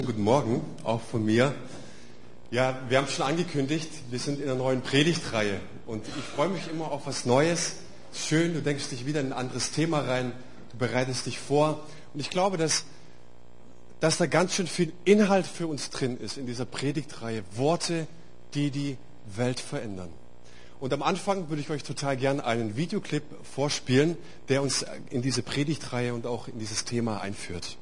Guten Morgen, auch von mir. Ja, wir haben es schon angekündigt, wir sind in einer neuen Predigtreihe und ich freue mich immer auf was Neues. Schön, du denkst dich wieder in ein anderes Thema rein, du bereitest dich vor und ich glaube, dass da ganz schön viel Inhalt für uns drin ist in dieser Predigtreihe. Worte, die die Welt verändern. Und am Anfang würde ich euch total gerne einen Videoclip vorspielen, der uns in diese Predigtreihe und auch in dieses Thema einführt.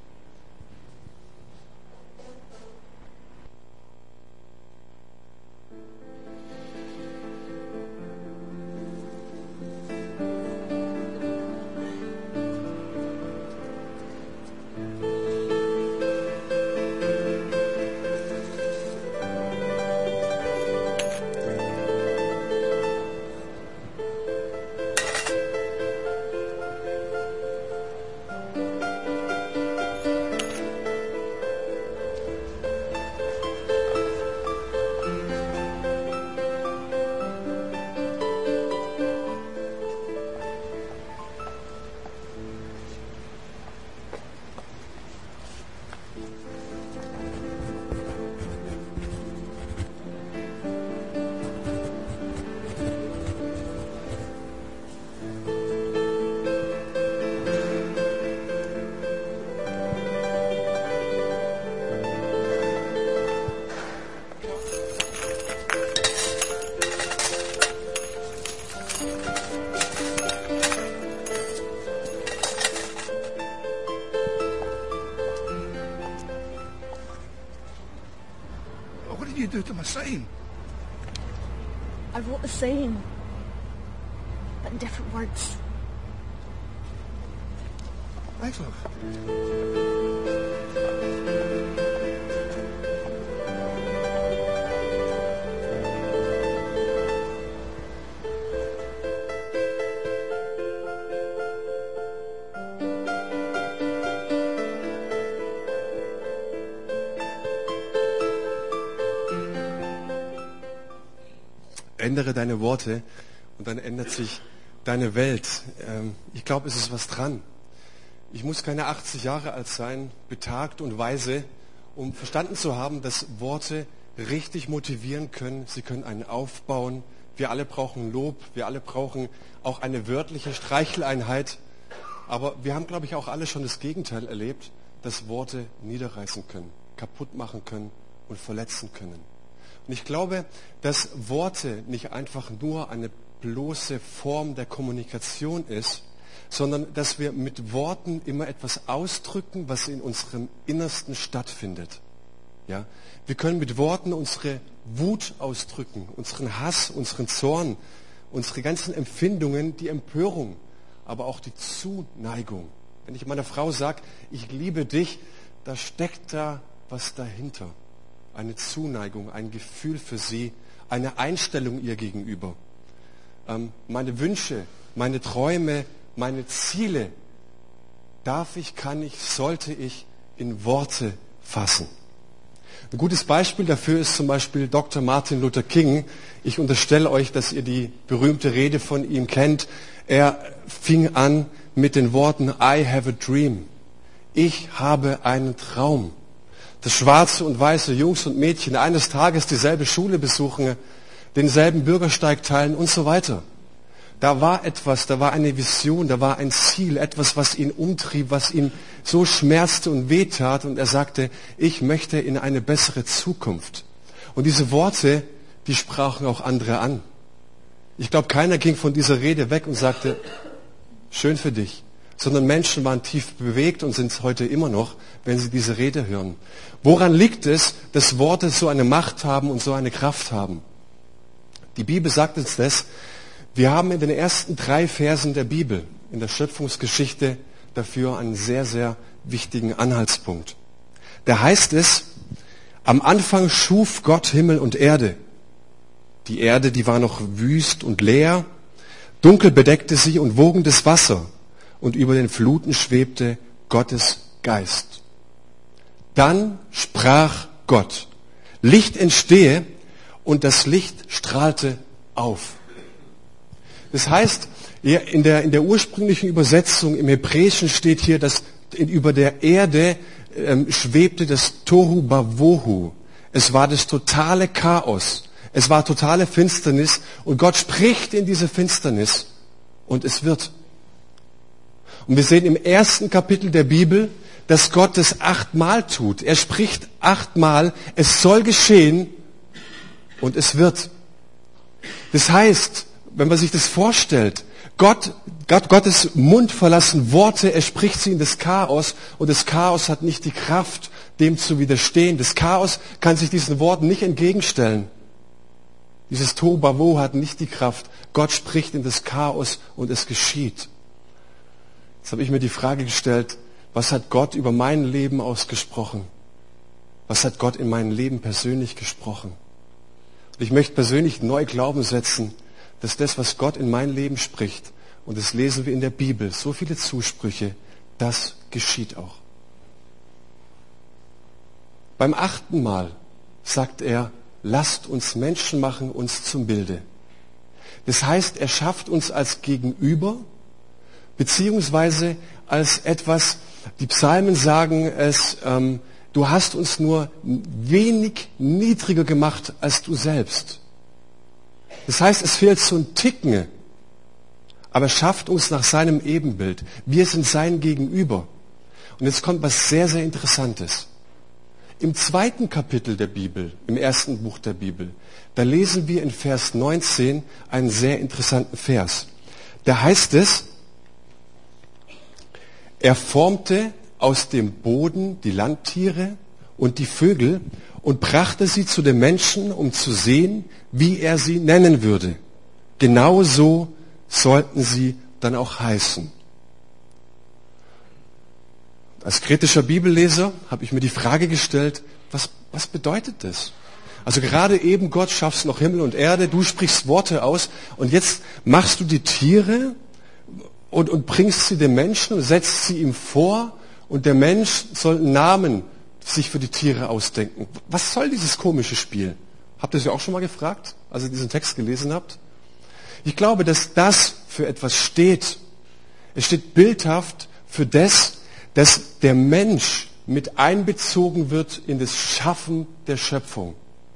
What did you do to my sign? I wrote the saying, but in different words. Thanks, love. Ändere deine Worte und dann ändert sich deine Welt. Ich glaube, es ist was dran. Ich muss keine 80 Jahre alt sein, betagt und weise, um verstanden zu haben, dass Worte richtig motivieren können. Sie können einen aufbauen. Wir alle brauchen Lob. Wir alle brauchen auch eine wörtliche Streicheleinheit. Aber wir haben, glaube ich, auch alle schon das Gegenteil erlebt, dass Worte niederreißen können, kaputt machen können und verletzen können. Und ich glaube, dass Worte nicht einfach nur eine bloße Form der Kommunikation ist, sondern dass wir mit Worten immer etwas ausdrücken, was in unserem Innersten stattfindet. Ja? Wir können mit Worten unsere Wut ausdrücken, unseren Hass, unseren Zorn, unsere ganzen Empfindungen, die Empörung, aber auch die Zuneigung. Wenn ich meiner Frau sage, ich liebe dich, da steckt da was dahinter. Eine Zuneigung, ein Gefühl für sie, eine Einstellung ihr gegenüber. Meine Wünsche, meine Träume, meine Ziele darf ich, kann ich, sollte ich in Worte fassen. Ein gutes Beispiel dafür ist zum Beispiel Dr. Martin Luther King. Ich unterstelle euch, dass ihr die berühmte Rede von ihm kennt. Er fing an mit den Worten, I have a dream. Ich habe einen Traum. Dass schwarze und weiße Jungs und Mädchen eines Tages dieselbe Schule besuchen, denselben Bürgersteig teilen und so weiter. Da war etwas, da war eine Vision, da war ein Ziel, etwas, was ihn umtrieb, was ihn so schmerzte und wehtat. Und er sagte, ich möchte in eine bessere Zukunft. Und diese Worte, die sprachen auch andere an. Ich glaube, keiner ging von dieser Rede weg und sagte, schön für dich. Sondern Menschen waren tief bewegt und sind es heute immer noch, wenn sie diese Rede hören. Woran liegt es, dass Worte so eine Macht haben und so eine Kraft haben? Die Bibel sagt uns das. Wir haben in den ersten 3 Versen der Bibel, in der Schöpfungsgeschichte, dafür einen sehr, sehr wichtigen Anhaltspunkt. Da heißt es, am Anfang schuf Gott Himmel und Erde. Die Erde, die war noch wüst und leer, dunkel bedeckte sie und wogendes Wasser. Und über den Fluten schwebte Gottes Geist. Dann sprach Gott, Licht entstehe, und das Licht strahlte auf. Das heißt, in der ursprünglichen Übersetzung im Hebräischen steht hier, dass über der Erde schwebte das Tohu Bawohu. Es war das totale Chaos. Es war totale Finsternis. Und Gott spricht in diese Finsternis. Und es wird. Und wir sehen im ersten Kapitel der Bibel, dass Gott das 8-mal tut. Er spricht 8-mal. Es soll geschehen. Und es wird. Das heißt, wenn man sich das vorstellt, Gottes Mund verlassen Worte, er spricht sie in das Chaos und das Chaos hat nicht die Kraft, dem zu widerstehen. Das Chaos kann sich diesen Worten nicht entgegenstellen. Dieses Tohuwabohu hat nicht die Kraft. Gott spricht in das Chaos und es geschieht. Jetzt habe ich mir die Frage gestellt, was hat Gott über mein Leben ausgesprochen? Was hat Gott in mein Leben persönlich gesprochen? Und ich möchte persönlich neu Glauben setzen, dass das, was Gott in mein Leben spricht, und das lesen wir in der Bibel, so viele Zusprüche, das geschieht auch. Beim 8. Mal sagt er, lasst uns Menschen machen, uns zum Bilde. Das heißt, er schafft uns als Gegenüber, beziehungsweise als etwas, die Psalmen sagen es, du hast uns nur wenig niedriger gemacht als du selbst. Das heißt, es fehlt so ein Ticken, aber er schafft uns nach seinem Ebenbild. Wir sind sein Gegenüber. Und jetzt kommt was sehr, sehr Interessantes. Im 2. Kapitel der Bibel, im 1. Buch der Bibel, da lesen wir in Vers 19 einen sehr interessanten Vers. Da heißt es, er formte aus dem Boden die Landtiere und die Vögel und brachte sie zu den Menschen, um zu sehen, wie er sie nennen würde. Genau so sollten sie dann auch heißen. Als kritischer Bibelleser habe ich mir die Frage gestellt, was bedeutet das? Also gerade eben, Gott, schaffst noch Himmel und Erde, du sprichst Worte aus und jetzt machst du die Tiere und bringst sie dem Menschen und setzt sie ihm vor und der Mensch soll einen Namen sich für die Tiere ausdenken. Was soll dieses komische Spiel? Habt ihr es ja auch schon mal gefragt, als ihr diesen Text gelesen habt? Ich glaube, dass das für etwas steht. Es steht bildhaft für das, dass der Mensch mit einbezogen wird in das Schaffen der Schöpfung.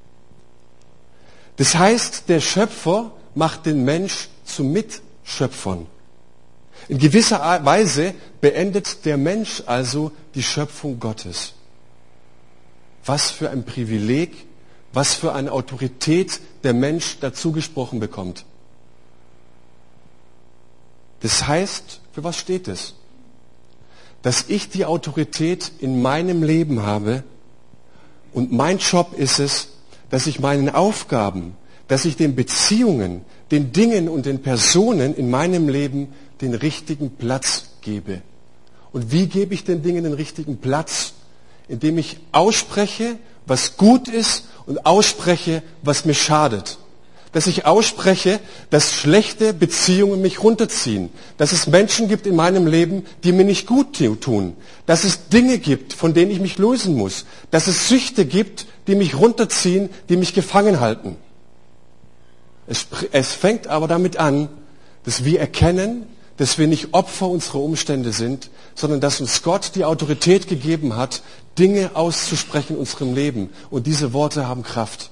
Das heißt, der Schöpfer macht den Mensch zu Mitschöpfern. In gewisser Weise beendet der Mensch also die Schöpfung Gottes. Was für ein Privileg, was für eine Autorität der Mensch dazu gesprochen bekommt. Das heißt, für was steht es? Dass ich die Autorität in meinem Leben habe und mein Job ist es, dass ich meinen Aufgaben, dass ich den Beziehungen, den Dingen und den Personen in meinem Leben den richtigen Platz gebe. Und wie gebe ich den Dingen den richtigen Platz? Indem ich ausspreche, was gut ist und ausspreche, was mir schadet. Dass ich ausspreche, dass schlechte Beziehungen mich runterziehen. Dass es Menschen gibt in meinem Leben, die mir nicht gut tun. Dass es Dinge gibt, von denen ich mich lösen muss. Dass es Süchte gibt, die mich runterziehen, die mich gefangen halten. Es fängt aber damit an, dass wir erkennen, dass wir nicht Opfer unserer Umstände sind, sondern dass uns Gott die Autorität gegeben hat, Dinge auszusprechen in unserem Leben. Und diese Worte haben Kraft.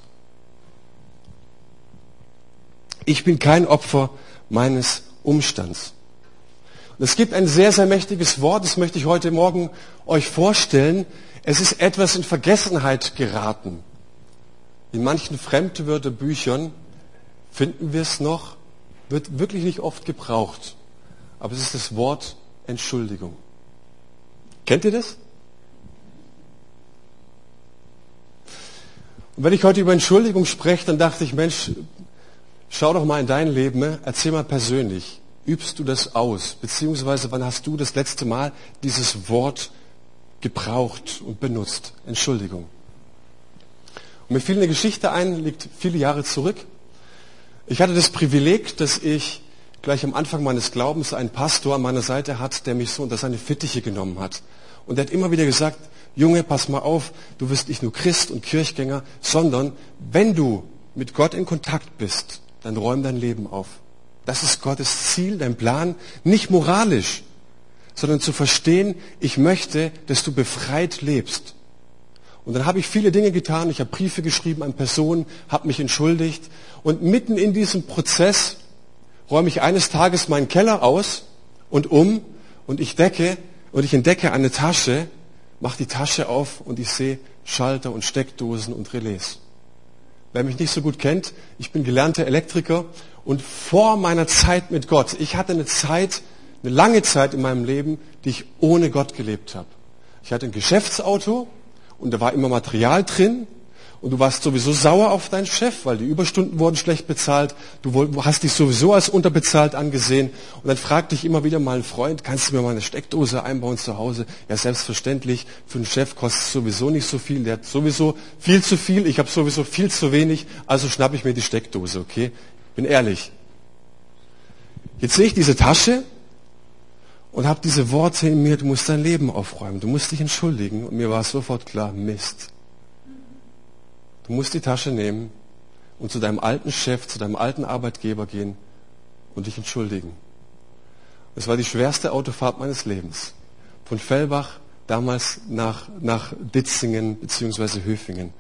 Ich bin kein Opfer meines Umstands. Und es gibt ein sehr, sehr mächtiges Wort, das möchte ich heute Morgen euch vorstellen. Es ist etwas in Vergessenheit geraten. In manchen Fremdwörterbüchern finden wir es noch, wird wirklich nicht oft gebraucht. Aber es ist das Wort Entschuldigung. Kennt ihr das? Und wenn ich heute über Entschuldigung spreche, dann dachte ich, Mensch, schau doch mal in dein Leben, erzähl mal persönlich, übst du das aus? Beziehungsweise wann hast du das letzte Mal dieses Wort gebraucht und benutzt? Entschuldigung. Und mir fiel eine Geschichte ein, liegt viele Jahre zurück. Ich hatte das Privileg, dass ich gleich am Anfang meines Glaubens einen Pastor an meiner Seite hat, der mich so unter seine Fittiche genommen hat. Und der hat immer wieder gesagt, Junge, pass mal auf, du wirst nicht nur Christ und Kirchgänger, sondern wenn du mit Gott in Kontakt bist, dann räum dein Leben auf. Das ist Gottes Ziel, dein Plan, nicht moralisch, sondern zu verstehen, ich möchte, dass du befreit lebst. Und dann habe ich viele Dinge getan. Ich habe Briefe geschrieben an Personen, habe mich entschuldigt. Und mitten in diesem Prozess räume ich eines Tages meinen Keller aus und ich entdecke eine Tasche, mache die Tasche auf und ich sehe Schalter und Steckdosen und Relais. Wer mich nicht so gut kennt, ich bin gelernter Elektriker und vor meiner Zeit mit Gott, ich hatte eine lange Zeit in meinem Leben, die ich ohne Gott gelebt habe. Ich hatte ein Geschäftsauto und da war immer Material drin und du warst sowieso sauer auf deinen Chef, weil die Überstunden wurden schlecht bezahlt. Du hast dich sowieso als unterbezahlt angesehen und dann fragte ich immer wieder mal einen Freund, kannst du mir mal eine Steckdose einbauen zu Hause? Ja, selbstverständlich, für einen Chef kostet es sowieso nicht so viel, der hat sowieso viel zu viel, ich habe sowieso viel zu wenig, also schnappe ich mir die Steckdose, okay? Bin ehrlich. Jetzt sehe ich diese Tasche und habe diese Worte in mir, du musst dein Leben aufräumen, du musst dich entschuldigen. Und mir war sofort klar, Mist. Du musst die Tasche nehmen und zu deinem alten Chef, zu deinem alten Arbeitgeber gehen und dich entschuldigen. Das war die schwerste Autofahrt meines Lebens. Von Fellbach damals nach Ditzingen bzw. Höfingen.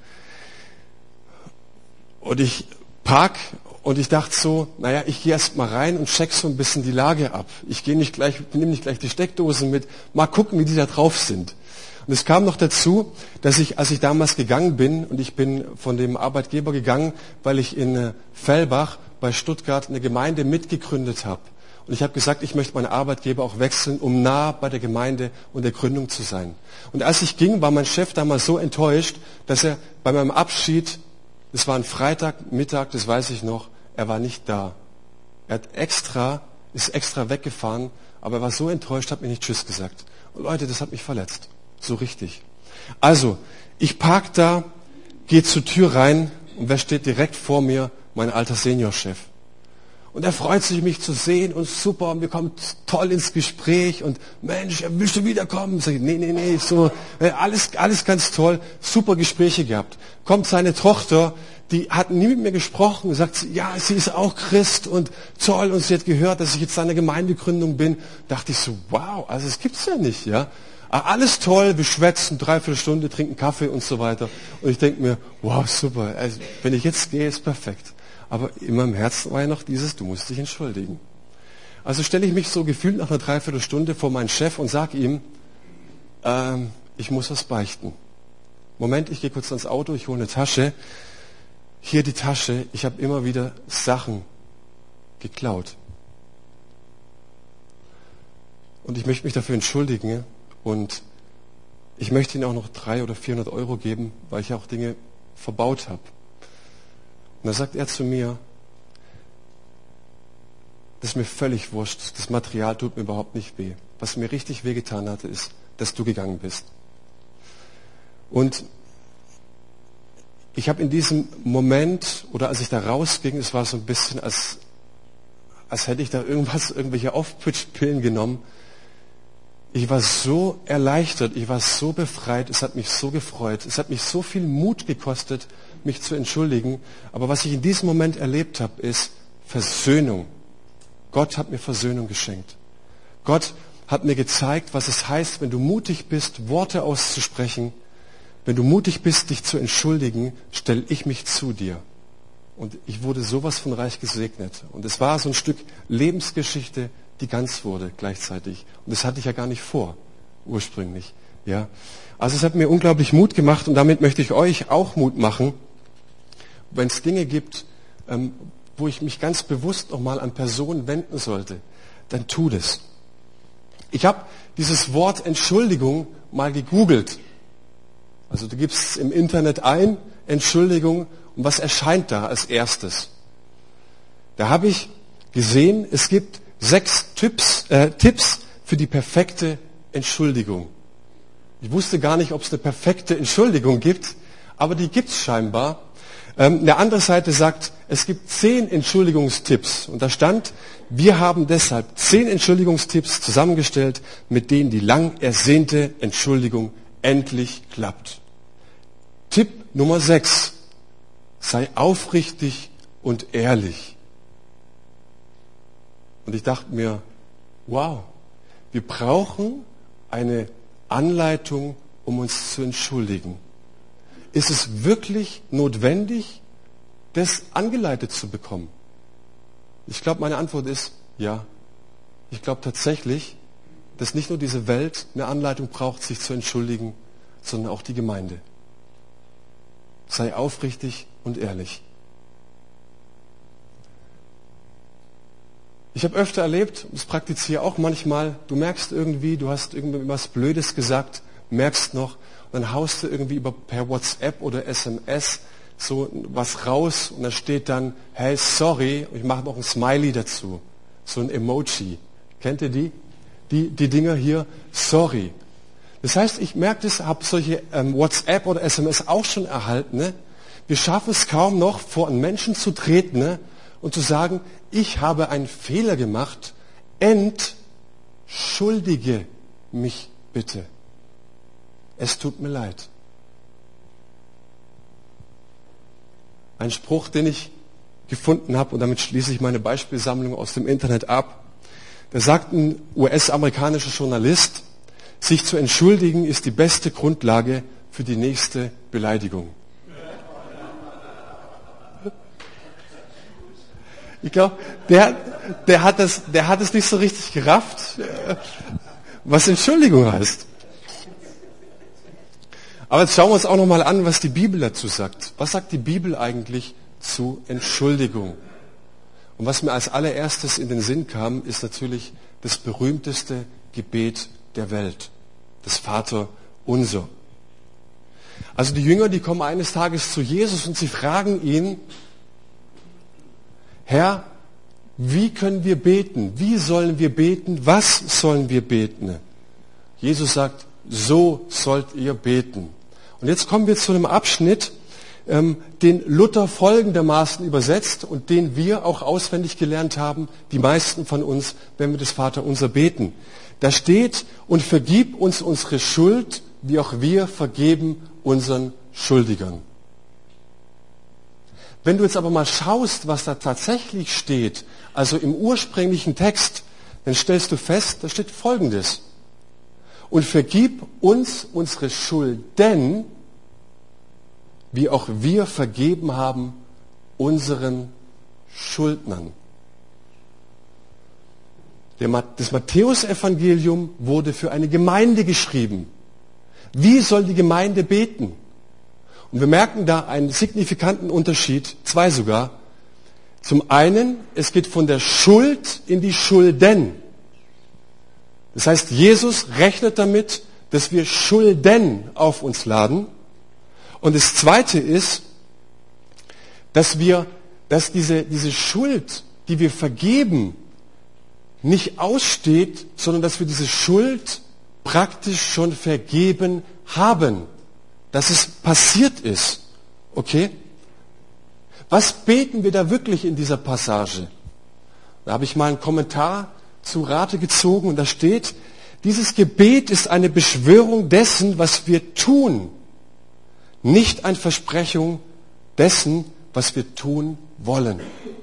Und ich park und ich dachte so, naja, ich gehe erst mal rein und check so ein bisschen die Lage ab. Ich nehme nicht gleich die Steckdosen mit, mal gucken, wie die da drauf sind. Und es kam noch dazu, dass als ich damals gegangen bin, und ich bin von dem Arbeitgeber gegangen, weil ich in Fellbach bei Stuttgart eine Gemeinde mitgegründet habe. Und ich habe gesagt, ich möchte meinen Arbeitgeber auch wechseln, um nah bei der Gemeinde und der Gründung zu sein. Und als ich ging, war mein Chef damals so enttäuscht, dass er bei meinem Abschied, es war ein Freitagmittag, das weiß ich noch, er war nicht da. Er ist extra weggefahren, aber er war so enttäuscht, hat mir nicht Tschüss gesagt. Und Leute, das hat mich verletzt. So richtig. Also, ich park da, gehe zur Tür rein und wer steht direkt vor mir? Mein alter Seniorchef. Und er freut sich, mich zu sehen und super, und wir kommen toll ins Gespräch und Mensch, willst du wiederkommen? Sag ich, nee, so, alles ganz toll, super Gespräche gehabt. Kommt seine Tochter, die hat nie mit mir gesprochen, sagt sie, ja, sie ist auch Christ und toll, und sie hat gehört, dass ich jetzt an der Gemeindegründung bin. Dachte ich so, wow, also das gibt's ja nicht, ja. Alles toll, wir schwätzen, 3/4 Stunde, trinken Kaffee und so weiter. Und ich denke mir, wow, super, also, wenn ich jetzt gehe, ist perfekt. Aber in meinem Herzen war ja noch dieses, du musst dich entschuldigen. Also stelle ich mich so gefühlt nach einer 3/4 Stunde vor meinen Chef und sage ihm, ich muss was beichten. Moment, ich gehe kurz ans Auto, ich hole eine Tasche. Hier die Tasche, ich habe immer wieder Sachen geklaut. Und ich möchte mich dafür entschuldigen und ich möchte Ihnen auch noch 300 oder 400 Euro geben, weil ich auch Dinge verbaut habe. Und da sagt er zu mir, das ist mir völlig wurscht, das Material tut mir überhaupt nicht weh. Was mir richtig wehgetan hatte, ist, dass du gegangen bist. Und ich habe in diesem Moment, oder als ich da rausging, es war so ein bisschen, als hätte ich da irgendwelche Aufputschpillen genommen. Ich war so erleichtert, ich war so befreit, es hat mich so gefreut, es hat mich so viel Mut gekostet, mich zu entschuldigen. Aber was ich in diesem Moment erlebt habe, ist Versöhnung. Gott hat mir Versöhnung geschenkt. Gott hat mir gezeigt, was es heißt, wenn du mutig bist, Worte auszusprechen. Wenn du mutig bist, dich zu entschuldigen, stelle ich mich zu dir. Und ich wurde sowas von reich gesegnet. Und es war so ein Stück Lebensgeschichte, die ganz wurde gleichzeitig. Und das hatte ich ja gar nicht vor, ursprünglich. Ja. Also es hat mir unglaublich Mut gemacht und damit möchte ich euch auch Mut machen, wenn es Dinge gibt, wo ich mich ganz bewusst nochmal an Personen wenden sollte, dann tu das. Ich habe dieses Wort Entschuldigung mal gegoogelt. Also du gibst im Internet ein, Entschuldigung, und was erscheint da als erstes? Da habe ich gesehen, es gibt 6 Tipps für die perfekte Entschuldigung. Ich wusste gar nicht, ob es eine perfekte Entschuldigung gibt, aber die gibt es scheinbar. Eine andere Seite sagt, es gibt 10 Entschuldigungstipps. Und da stand, wir haben deshalb 10 Entschuldigungstipps zusammengestellt, mit denen die lang ersehnte Entschuldigung endlich klappt. Tipp Nummer 6. Sei aufrichtig und ehrlich. Und ich dachte mir, wow, Wir brauchen eine Anleitung, um uns zu entschuldigen. Ist es wirklich notwendig, das angeleitet zu bekommen? Ich glaube, meine Antwort ist ja. Ich glaube tatsächlich, dass nicht nur diese Welt eine Anleitung braucht, sich zu entschuldigen, sondern auch die Gemeinde. Sei aufrichtig und ehrlich. Ich habe öfter erlebt, das praktiziere auch manchmal, du merkst irgendwie, du hast irgendwie was Blödes gesagt, merkst noch, und dann haust du irgendwie per WhatsApp oder SMS so was raus und da steht dann, hey, sorry, und ich mache noch ein Smiley dazu, so ein Emoji. Kennt ihr die? Die Dinger hier, sorry. Das heißt, ich merke das, habe solche WhatsApp oder SMS auch schon erhalten. Ne? Wir schaffen es kaum noch, vor einen Menschen zu treten, ne? Und zu sagen, ich habe einen Fehler gemacht, entschuldige mich bitte. Es tut mir leid. Ein Spruch, den ich gefunden habe, und damit schließe ich meine Beispielsammlung aus dem Internet ab. Da sagt ein US-amerikanischer Journalist, sich zu entschuldigen ist die beste Grundlage für die nächste Beleidigung. Ich glaube, der hat es nicht so richtig gerafft, was Entschuldigung heißt. Aber jetzt schauen wir uns auch nochmal an, was die Bibel dazu sagt. Was sagt die Bibel eigentlich zu Entschuldigung? Und was mir als allererstes in den Sinn kam, ist natürlich das berühmteste Gebet der Welt, das Vaterunser. Also die Jünger, die kommen eines Tages zu Jesus und sie fragen ihn, Herr, wie können wir beten? Wie sollen wir beten? Was sollen wir beten? Jesus sagt, so sollt ihr beten. Und jetzt kommen wir zu einem Abschnitt, den Luther folgendermaßen übersetzt und den wir auch auswendig gelernt haben, die meisten von uns, wenn wir das Vaterunser beten. Da steht, und vergib uns unsere Schuld, wie auch wir vergeben unseren Schuldigern. Wenn du jetzt aber mal schaust, was da tatsächlich steht, also im ursprünglichen Text, dann stellst du fest, da steht Folgendes. Und vergib uns unsere Schulden, wie auch wir vergeben haben unseren Schuldnern. Das Matthäusevangelium wurde für eine Gemeinde geschrieben. Wie soll die Gemeinde beten? Und wir merken da einen signifikanten Unterschied, zwei sogar. Zum einen, es geht von der Schuld in die Schulden. Das heißt, Jesus rechnet damit, dass wir Schulden auf uns laden. Und das zweite ist, dass diese Schuld, die wir vergeben, nicht aussteht, sondern dass wir diese Schuld praktisch schon vergeben haben. Dass es passiert ist. Okay? Was beten wir da wirklich in dieser Passage? Da habe ich mal einen Kommentar zu Rate gezogen und da steht, dieses Gebet ist eine Beschwörung dessen, was wir tun, nicht eine Versprechung dessen, was wir tun wollen.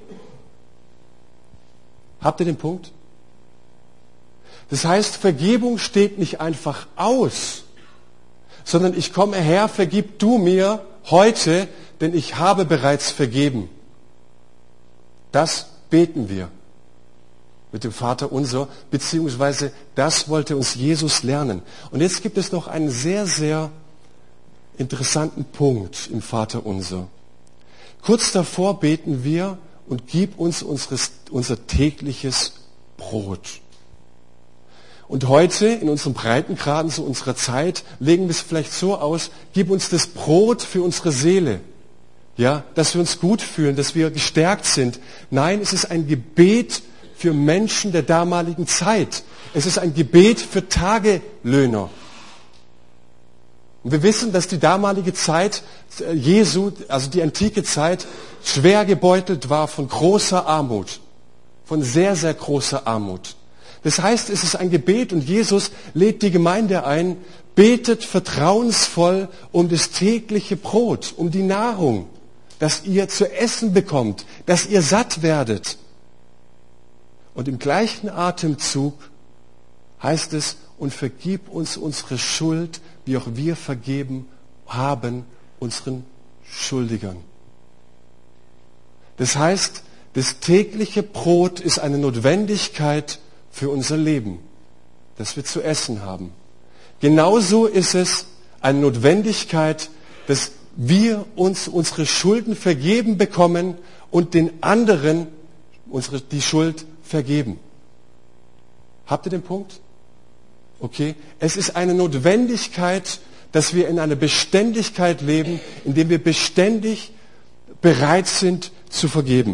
Habt ihr den Punkt? Das heißt, Vergebung steht nicht einfach aus, sondern ich komme her, vergib du mir heute, denn ich habe bereits vergeben. Das beten wir mit dem Vaterunser, beziehungsweise das wollte uns Jesus lernen. Und jetzt gibt es noch einen sehr, sehr interessanten Punkt im Vaterunser. Kurz davor beten wir und gib uns unser tägliches Brot. Und heute, in unseren Breitengraden zu unserer Zeit, legen wir es vielleicht so aus, gib uns das Brot für unsere Seele. Ja, dass wir uns gut fühlen, dass wir gestärkt sind. Nein, es ist ein Gebet für Menschen der damaligen Zeit. Es ist ein Gebet für Tagelöhner. Und wir wissen, dass die damalige Zeit Jesu, also die antike Zeit, schwer gebeutelt war von großer Armut. Von sehr, sehr großer Armut. Das heißt, es ist ein Gebet und Jesus lädt die Gemeinde ein, betet vertrauensvoll um das tägliche Brot, um die Nahrung, dass ihr zu essen bekommt, dass ihr satt werdet. Und im gleichen Atemzug heißt es, und vergib uns unsere Schuld, wie auch wir vergeben haben unseren Schuldigern. Das heißt, das tägliche Brot ist eine Notwendigkeit für unser Leben, das wir zu essen haben. Genauso ist es eine Notwendigkeit, dass wir uns unsere Schulden vergeben bekommen und den anderen die Schuld vergeben. Habt ihr den Punkt? Okay. Es ist eine Notwendigkeit, dass wir in einer Beständigkeit leben, in dem wir beständig bereit sind zu vergeben.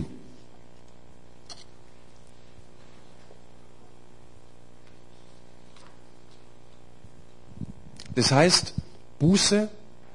Das heißt, Buße,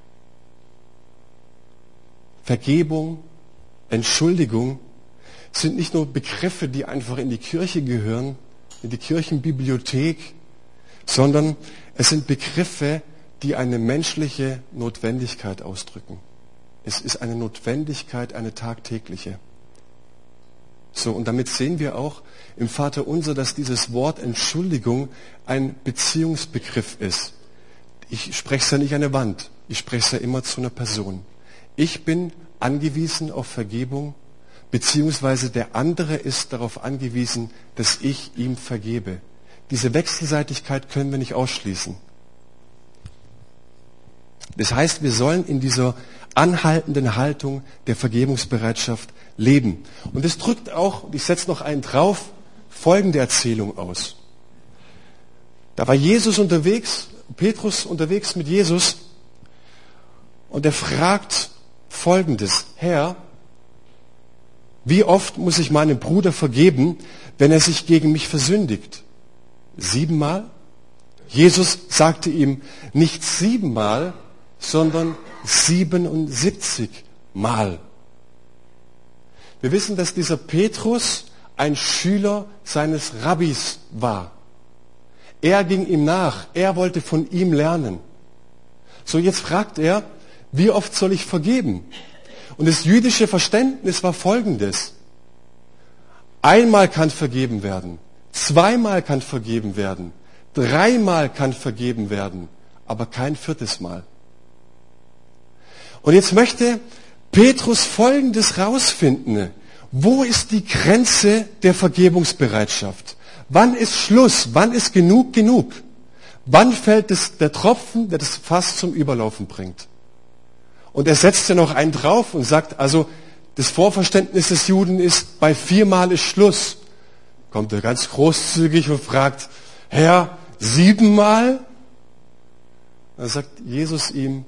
Vergebung, Entschuldigung sind nicht nur Begriffe, die einfach in die Kirche gehören, in die Kirchenbibliothek, sondern es sind Begriffe, die eine menschliche Notwendigkeit ausdrücken. Es ist eine Notwendigkeit, eine tagtägliche. So, und damit sehen wir auch im Vaterunser, dass dieses Wort Entschuldigung ein Beziehungsbegriff ist. Ich spreche es ja nicht an eine Wand, ich spreche es ja immer zu einer Person. Ich bin angewiesen auf Vergebung, beziehungsweise der andere ist darauf angewiesen, dass ich ihm vergebe. Diese Wechselseitigkeit können wir nicht ausschließen. Das heißt, wir sollen in dieser anhaltenden Haltung der Vergebungsbereitschaft leben. Und es drückt auch, ich setze noch einen drauf, folgende Erzählung aus. Da war Jesus unterwegs, Petrus unterwegs mit Jesus, und er fragt Folgendes: Herr, wie oft muss ich meinem Bruder vergeben, wenn er sich gegen mich versündigt? 7-mal? Jesus sagte ihm nicht 7-mal, sondern 77-mal. Wir wissen, dass dieser Petrus ein Schüler seines Rabbis war. Er ging ihm nach, er wollte von ihm lernen. So, jetzt fragt er, wie oft soll ich vergeben? Und das jüdische Verständnis war folgendes: Einmal kann vergeben werden, 2-mal kann vergeben werden, 3-mal kann vergeben werden, aber kein 4. Mal. Und jetzt möchte Petrus Folgendes rausfinden: Wo ist die Grenze der Vergebungsbereitschaft? Wann ist Schluss? Wann ist genug genug? Wann fällt der Tropfen, der das Fass zum Überlaufen bringt? Und er setzt ja noch einen drauf und sagt, also das Vorverständnis des Juden ist, bei 4-mal ist Schluss. Kommt er ganz großzügig und fragt, Herr, 7-mal? Dann sagt Jesus ihm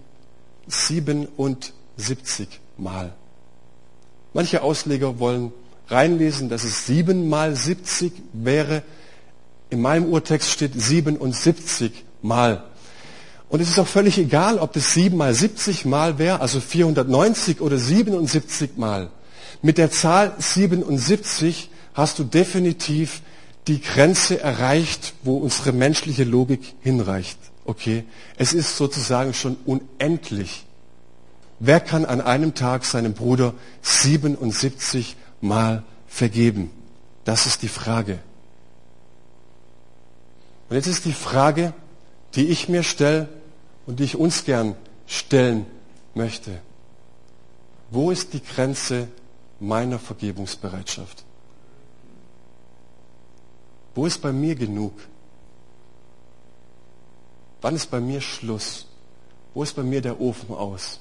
77-mal. Manche Ausleger wollen reinlesen, dass es 7 mal 70 wäre. In meinem Urtext steht 77-mal. Und es ist auch völlig egal, ob das 7 mal 70 Mal wäre, also 490 oder 77 Mal. Mit der Zahl 77 hast du definitiv die Grenze erreicht, wo unsere menschliche Logik hinreicht. Okay? Es ist sozusagen schon unendlich. Wer kann an einem Tag seinem Bruder 77 Mal vergeben? Das ist die Frage. Und jetzt ist die Frage, die ich mir stelle und die ich uns gern stellen möchte. Wo ist die Grenze meiner Vergebungsbereitschaft? Wo ist bei mir genug? Wann ist bei mir Schluss? Wo ist bei mir der Ofen aus?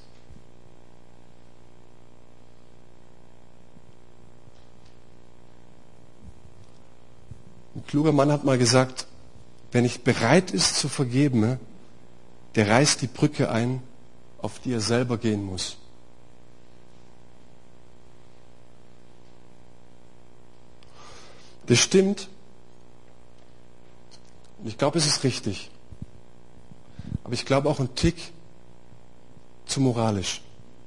Ein kluger Mann hat mal gesagt, wer nicht bereit ist zu vergeben, der reißt die Brücke ein, auf die er selber gehen muss. Das stimmt. Und ich glaube, es ist richtig. Aber ich glaube auch ein Tick zu moralisch.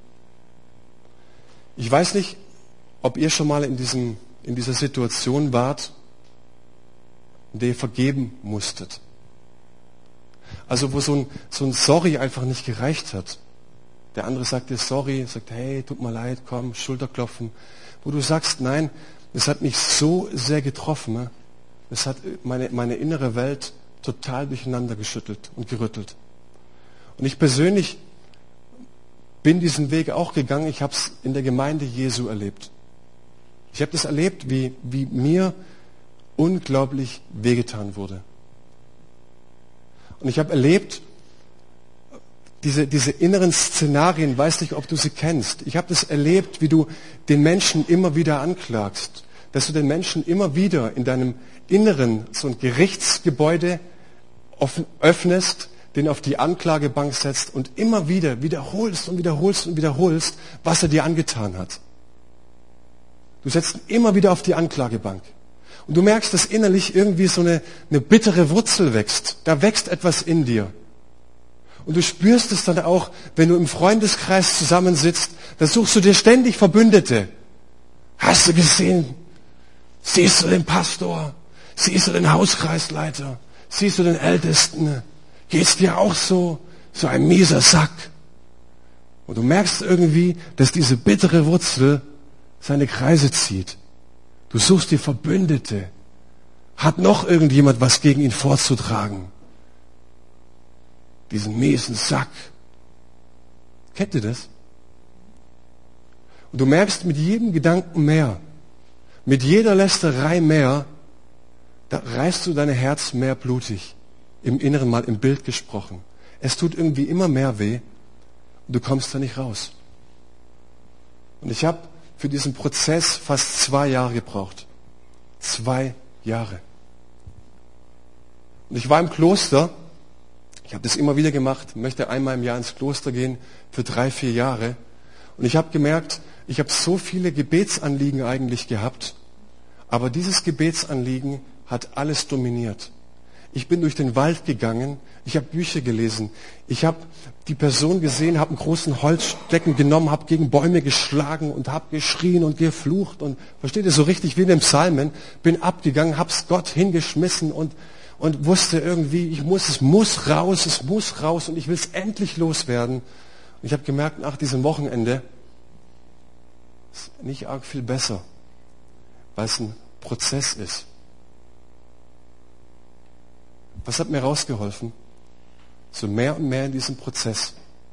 Ich weiß nicht, ob ihr schon mal in dieser Situation wart, in der ihr vergeben musstet. Also wo so ein Sorry einfach nicht gereicht hat. Der andere sagt dir Sorry, sagt, hey, tut mir leid, komm, Schulterklopfen. Wo du sagst, nein, es hat mich so sehr getroffen. Es hat meine innere Welt total durcheinander geschüttelt und gerüttelt. Und ich persönlich bin diesen Weg auch gegangen. Ich habe es in der Gemeinde Jesu erlebt. Ich habe das erlebt, wie mir unglaublich wehgetan wurde. Und ich habe erlebt, diese inneren Szenarien, weiß nicht, ob du sie kennst. Ich habe das erlebt, wie du den Menschen immer wieder anklagst. Dass du den Menschen immer wieder in deinem Inneren so ein Gerichtsgebäude öffnest, den auf die Anklagebank setzt und immer wieder wiederholst und wiederholst und wiederholst, was er dir angetan hat. Du setzt ihn immer wieder auf die Anklagebank. Und du merkst, dass innerlich irgendwie so eine bittere Wurzel wächst. Da wächst etwas in dir. Und du spürst es dann auch, wenn du im Freundeskreis zusammensitzt, da suchst du dir ständig Verbündete. Hast du gesehen? Siehst du den Pastor? Siehst du den Hauskreisleiter? Siehst du den Ältesten? Geht's dir auch so? So ein mieser Sack. Und du merkst irgendwie, dass diese bittere Wurzel seine Kreise zieht. Du suchst dir Verbündete. Hat noch irgendjemand was gegen ihn vorzutragen? Diesen miesen Sack. Kennt ihr das? Und du merkst mit jedem Gedanken mehr, mit jeder Lästerei mehr, da reißt du dein Herz mehr blutig. Im Inneren mal im Bild gesprochen. Es tut irgendwie immer mehr weh und du kommst da nicht raus. Und ich habe für diesen Prozess fast 2 Jahre gebraucht. 2 Jahre. Und ich war im Kloster. Ich habe das immer wieder gemacht, möchte einmal im Jahr ins Kloster gehen für 3, 4 Jahre. Und ich habe gemerkt, ich habe so viele Gebetsanliegen eigentlich gehabt, aber dieses Gebetsanliegen hat alles dominiert. Ich bin durch den Wald gegangen, ich habe Bücher gelesen, ich habe die Person gesehen, habe einen großen Holzstecken genommen, habe gegen Bäume geschlagen und habe geschrien und geflucht und versteht ihr, so richtig wie in den Psalmen, bin abgegangen, habe es Gott hingeschmissen und wusste irgendwie, es muss raus und ich will es endlich loswerden. Und ich habe gemerkt, nach diesem Wochenende ist nicht arg viel besser, weil es ein Prozess ist. Was hat mir rausgeholfen? So mehr und mehr in diesem Prozess.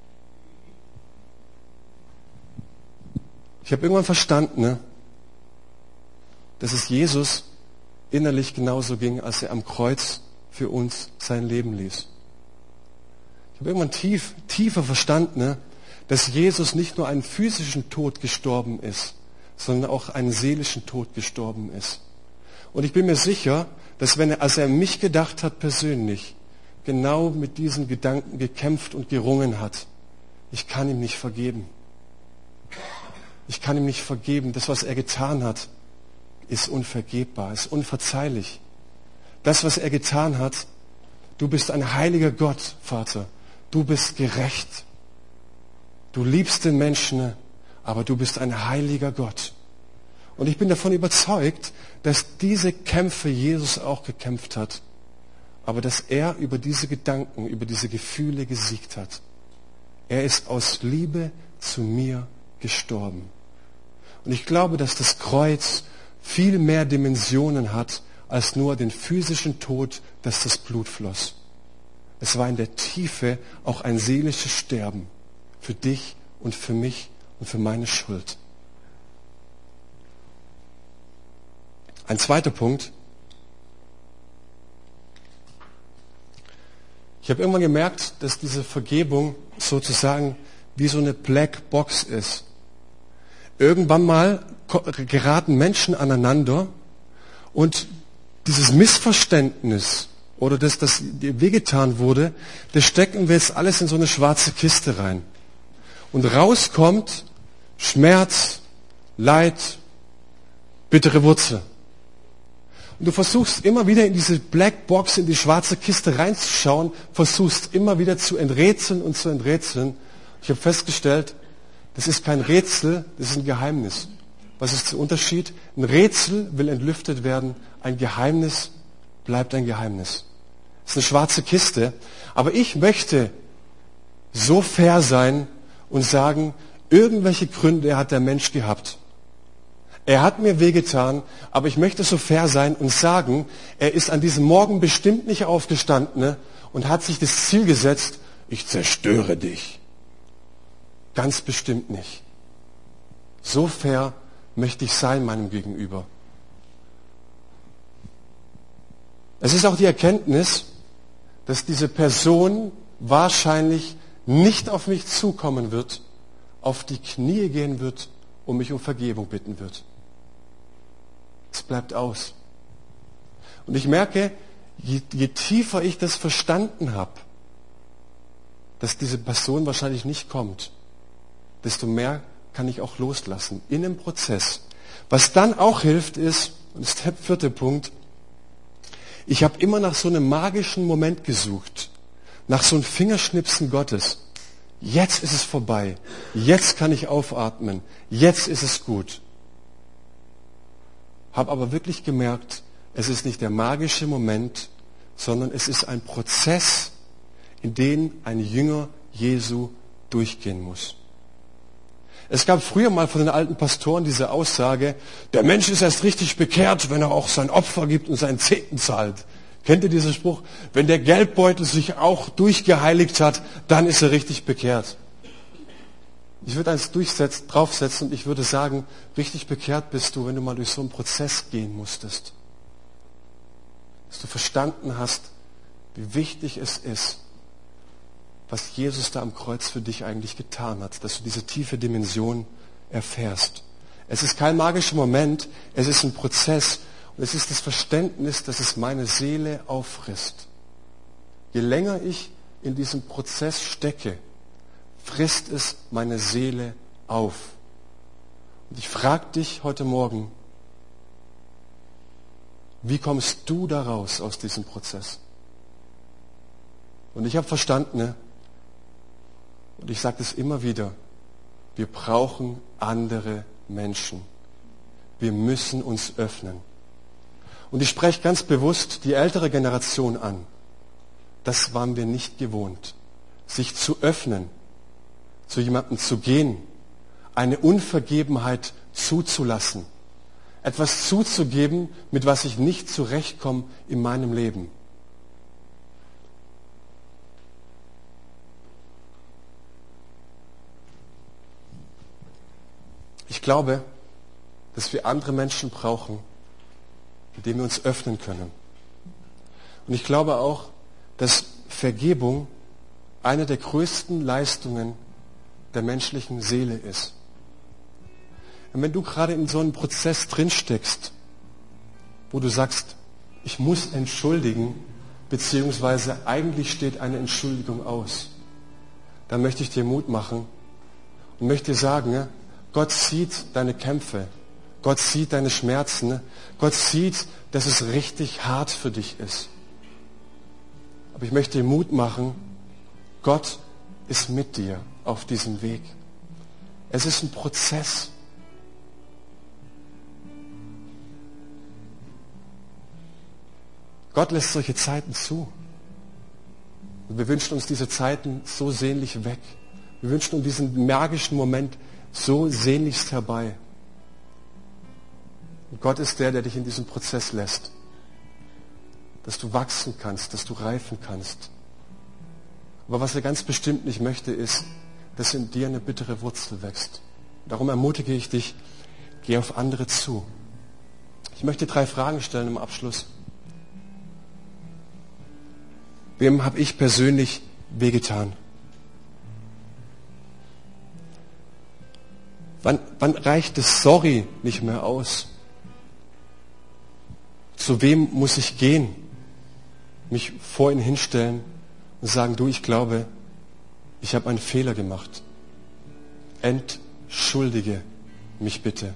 Ich habe irgendwann verstanden, dass es Jesus innerlich genauso ging, als er am Kreuz für uns sein Leben ließ. Ich habe irgendwann tiefer verstanden, dass Jesus nicht nur einen physischen Tod gestorben ist, sondern auch einen seelischen Tod gestorben ist. Und ich bin mir sicher, dass als er an mich gedacht hat persönlich, genau mit diesen Gedanken gekämpft und gerungen hat. Ich kann ihm nicht vergeben. Ich kann ihm nicht vergeben. Das, was er getan hat, ist unvergebbar, ist unverzeihlich. Das, was er getan hat, du bist ein heiliger Gott, Vater. Du bist gerecht. Du liebst den Menschen, aber du bist ein heiliger Gott. Und ich bin davon überzeugt, dass diese Kämpfe Jesus auch gekämpft hat, aber dass er über diese Gedanken, über diese Gefühle gesiegt hat. Er ist aus Liebe zu mir gestorben. Und ich glaube, dass das Kreuz viel mehr Dimensionen hat, als nur den physischen Tod, dass das Blut floss. Es war in der Tiefe auch ein seelisches Sterben für dich und für mich und für meine Schuld. Ein zweiter Punkt. Ich habe irgendwann gemerkt, dass diese Vergebung sozusagen wie so eine Black Box ist. Irgendwann mal geraten Menschen aneinander und dieses Missverständnis oder das dir wehgetan wurde, das stecken wir jetzt alles in so eine schwarze Kiste rein. Und rauskommt Schmerz, Leid, bittere Wurzel. Und du versuchst immer wieder in diese Black Box, in die schwarze Kiste reinzuschauen, versuchst immer wieder zu enträtseln und zu enträtseln. Ich habe festgestellt, das ist kein Rätsel, das ist ein Geheimnis. Was ist der Unterschied? Ein Rätsel will entlüftet werden, ein Geheimnis bleibt ein Geheimnis. Das ist eine schwarze Kiste. Aber ich möchte so fair sein und sagen, irgendwelche Gründe hat der Mensch gehabt. Er hat mir wehgetan, aber ich möchte so fair sein und sagen, er ist an diesem Morgen bestimmt nicht aufgestanden und hat sich das Ziel gesetzt, ich zerstöre dich. Ganz bestimmt nicht. So fair möchte ich sein meinem Gegenüber. Es ist auch die Erkenntnis, dass diese Person wahrscheinlich nicht auf mich zukommen wird, auf die Knie gehen wird und mich um Vergebung bitten wird. Es bleibt aus. Und ich merke, je tiefer ich das verstanden habe, dass diese Person wahrscheinlich nicht kommt, desto mehr kann ich auch loslassen in einem Prozess. Was dann auch hilft ist, und das ist der 4. Punkt, ich habe immer nach so einem magischen Moment gesucht, nach so einem Fingerschnipsen Gottes. Jetzt ist es vorbei, jetzt kann ich aufatmen, jetzt ist es gut. Habe aber wirklich gemerkt, es ist nicht der magische Moment, sondern es ist ein Prozess, in den ein Jünger Jesu durchgehen muss. Es gab früher mal von den alten Pastoren diese Aussage, der Mensch ist erst richtig bekehrt, wenn er auch sein Opfer gibt und seinen Zehnten zahlt. Kennt ihr diesen Spruch? Wenn der Geldbeutel sich auch durchgeheiligt hat, dann ist er richtig bekehrt. Ich würde eins draufsetzen und ich würde sagen, richtig bekehrt bist du, wenn du mal durch so einen Prozess gehen musstest. Dass du verstanden hast, wie wichtig es ist, was Jesus da am Kreuz für dich eigentlich getan hat, dass du diese tiefe Dimension erfährst. Es ist kein magischer Moment, es ist ein Prozess und es ist das Verständnis, dass es meine Seele auffrisst. Je länger ich in diesem Prozess stecke, frisst es meine Seele auf. Und ich frage dich heute Morgen, wie kommst du da raus aus diesem Prozess? Und ich habe verstanden, und ich sage das immer wieder, wir brauchen andere Menschen. Wir müssen uns öffnen. Und ich spreche ganz bewusst die ältere Generation an. Das waren wir nicht gewohnt. Sich zu öffnen, zu jemandem zu gehen, eine Unvergebenheit zuzulassen, etwas zuzugeben, mit was ich nicht zurechtkomme in meinem Leben. Ich glaube, dass wir andere Menschen brauchen, mit denen wir uns öffnen können. Und ich glaube auch, dass Vergebung eine der größten Leistungen der menschlichen Seele ist. Und wenn du gerade in so einem Prozess drinsteckst, wo du sagst, ich muss entschuldigen, beziehungsweise eigentlich steht eine Entschuldigung aus, dann möchte ich dir Mut machen und möchte dir sagen, Gott sieht deine Kämpfe, Gott sieht deine Schmerzen, Gott sieht, dass es richtig hart für dich ist. Aber ich möchte dir Mut machen, Gott ist mit dir auf diesem Weg. Es ist ein Prozess. Gott lässt solche Zeiten zu. Und wir wünschen uns diese Zeiten so sehnlich weg. Wir wünschen uns diesen magischen Moment so sehnlichst herbei. Und Gott ist der dich in diesem Prozess lässt. Dass du wachsen kannst, dass du reifen kannst. Aber was er ganz bestimmt nicht möchte, ist, dass in dir eine bittere Wurzel wächst. Darum ermutige ich dich, geh auf andere zu. Ich möchte 3 Fragen stellen im Abschluss. Wem habe ich persönlich wehgetan? Wann reicht das Sorry nicht mehr aus? Zu wem muss ich gehen? Mich vor ihn hinstellen und sagen, du, ich glaube, ich habe einen Fehler gemacht. Entschuldige mich bitte.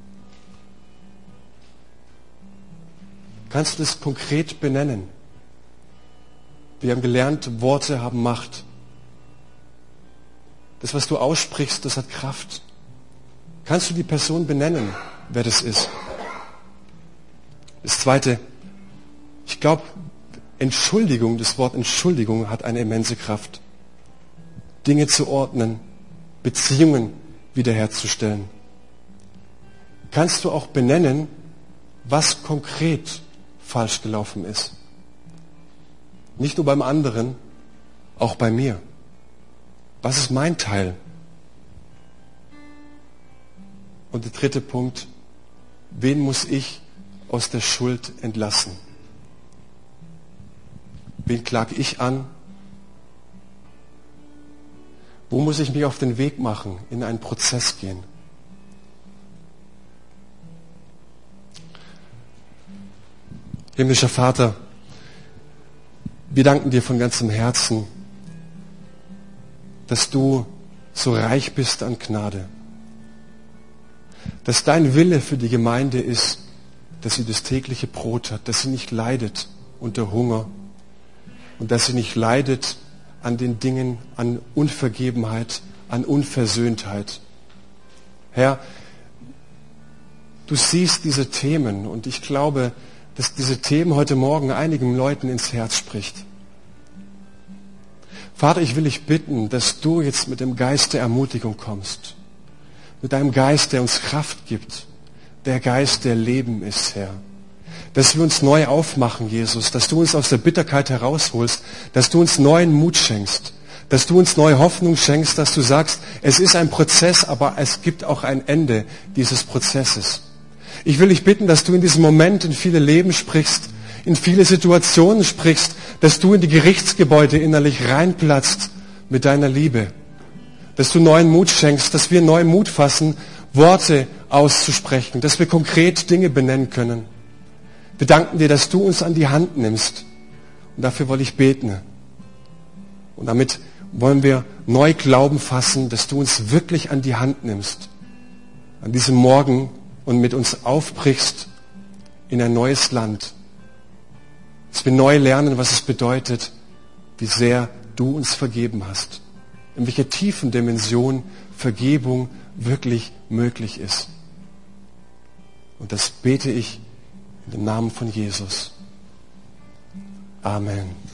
Kannst du das konkret benennen? Wir haben gelernt, Worte haben Macht. Das, was du aussprichst, das hat Kraft. Kannst du die Person benennen, wer das ist? Das Zweite, ich glaube, Entschuldigung, das Wort Entschuldigung hat eine immense Kraft. Dinge zu ordnen, Beziehungen wiederherzustellen. kannst du auch benennen, was konkret falsch gelaufen ist. Nicht nur beim anderen, auch bei mir. Was ist mein Teil? Und der dritte Punkt, wen muss ich aus der Schuld entlassen? Wen klage ich an? Wo muss ich mich auf den Weg machen, in einen Prozess gehen? Himmlischer Vater, wir danken dir von ganzem Herzen, dass du so reich bist an Gnade. Dass dein Wille für die Gemeinde ist, dass sie das tägliche Brot hat, dass sie nicht leidet unter Hunger und dass sie nicht leidet an den Dingen, an Unvergebenheit, an Unversöhntheit. Herr, du siehst diese Themen und ich glaube, dass diese Themen heute Morgen einigen Leuten ins Herz spricht. Vater, ich will dich bitten, dass du jetzt mit dem Geist der Ermutigung kommst. Mit deinem Geist, der uns Kraft gibt. Der Geist, der Leben ist, Herr. Dass wir uns neu aufmachen, Jesus. Dass du uns aus der Bitterkeit herausholst. Dass du uns neuen Mut schenkst. Dass du uns neue Hoffnung schenkst. Dass du sagst, es ist ein Prozess, aber es gibt auch ein Ende dieses Prozesses. Ich will dich bitten, dass du in diesem Moment in viele Leben sprichst, in viele Situationen sprichst, dass du in die Gerichtsgebäude innerlich reinplatzt mit deiner Liebe. Dass du neuen Mut schenkst, dass wir neuen Mut fassen, Worte auszusprechen, dass wir konkret Dinge benennen können. Wir danken dir, dass du uns an die Hand nimmst. Und dafür wollte ich beten. Und damit wollen wir neu Glauben fassen, dass du uns wirklich an die Hand nimmst. An diesem Morgen und mit uns aufbrichst in ein neues Land. Dass wir neu lernen, was es bedeutet, wie sehr du uns vergeben hast. In welcher tiefen Dimension Vergebung wirklich möglich ist. Und das bete ich in dem Namen von Jesus. Amen.